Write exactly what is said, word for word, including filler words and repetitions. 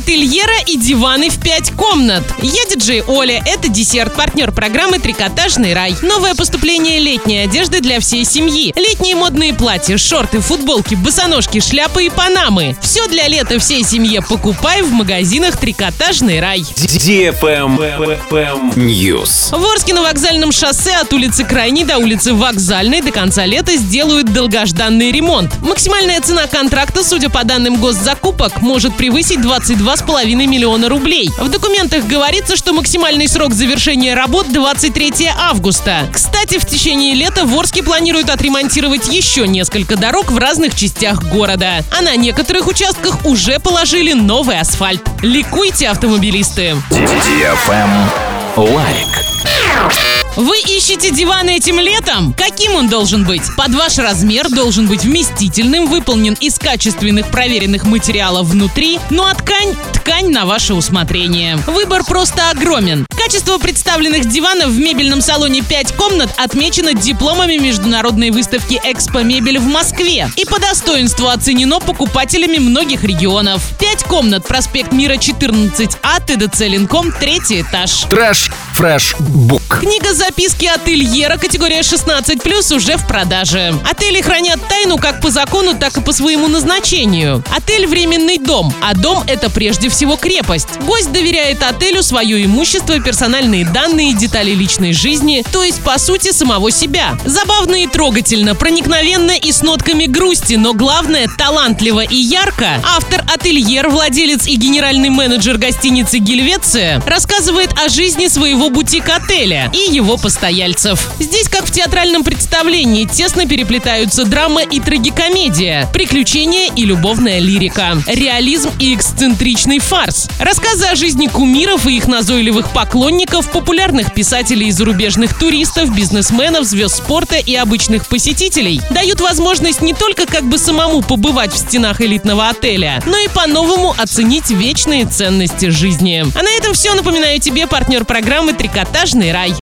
ательера и диваны в пять комнат. Я диджей Оля, это десерт, партнер программы «Трикотажный рай». Новое поступление летней одежды для всей семьи. Летние модные платья, шорты, футболки, босоножки, шляпы и панамы. Все для лета всей семье покупай в магазинах «Трикотажный рай». News. В Орске на вокзальном шоссе от улицы Крайней до улицы Вокзальной до конца лета сделают долгожданный ремонт. Максимальная цена контракта, судя по данным госзакупок, может превысить двадцать два с половиной миллиона рублей. В документах говорится, что максимальный срок завершения работ двадцать третьего августа. Кстати, в течение лета в Орске планируют отремонтировать еще несколько дорог в разных частях города. А на некоторых участках уже положили новый асфальт. Ликуйте, автомобилисты! Лайк. Вы ищете диван этим летом? Каким он должен быть? Под ваш размер должен быть вместительным, выполнен из качественных проверенных материалов внутри, ну а ткань – ткань на ваше усмотрение. Выбор просто огромен. Качество представленных диванов в мебельном салоне пять комнат отмечено дипломами международной выставки «Экспо Мебель» в Москве и по достоинству оценено покупателями многих регионов. пять комнат, проспект Мира, четырнадцать А, ТДЦ Ленком, третий этаж. Трэш Фрэш Бук. Книга записки ательера, категория шестнадцать плюс, уже в продаже. Отели хранят тайну как по закону, так и по своему назначению. Отель – временный дом, а дом – это прежде всего крепость. Гость доверяет отелю свое имущество, персональные данные, детали личной жизни, то есть, по сути, самого себя. Забавно и трогательно, проникновенно и с нотками грусти, но главное – талантливо и ярко. Автор «Ательер», владелец и генеральный менеджер гостиницы «Гельвеция» рассказывает о жизни своего бутик-отеля и его постояльцев. Здесь, как в театральном представлении, тесно переплетаются драма и трагикомедия, приключения и любовная лирика, реализм и эксцентричный фарс, рассказы о жизни кумиров и их назойливых поклонников, популярных писателей и зарубежных туристов, бизнесменов, звезд спорта и обычных посетителей дают возможность не только как бы самому побывать в стенах элитного отеля, но и по-новому оценить вечные ценности жизни. А на этом все. Напоминаю тебе, партнер программы «Трикотажный рай».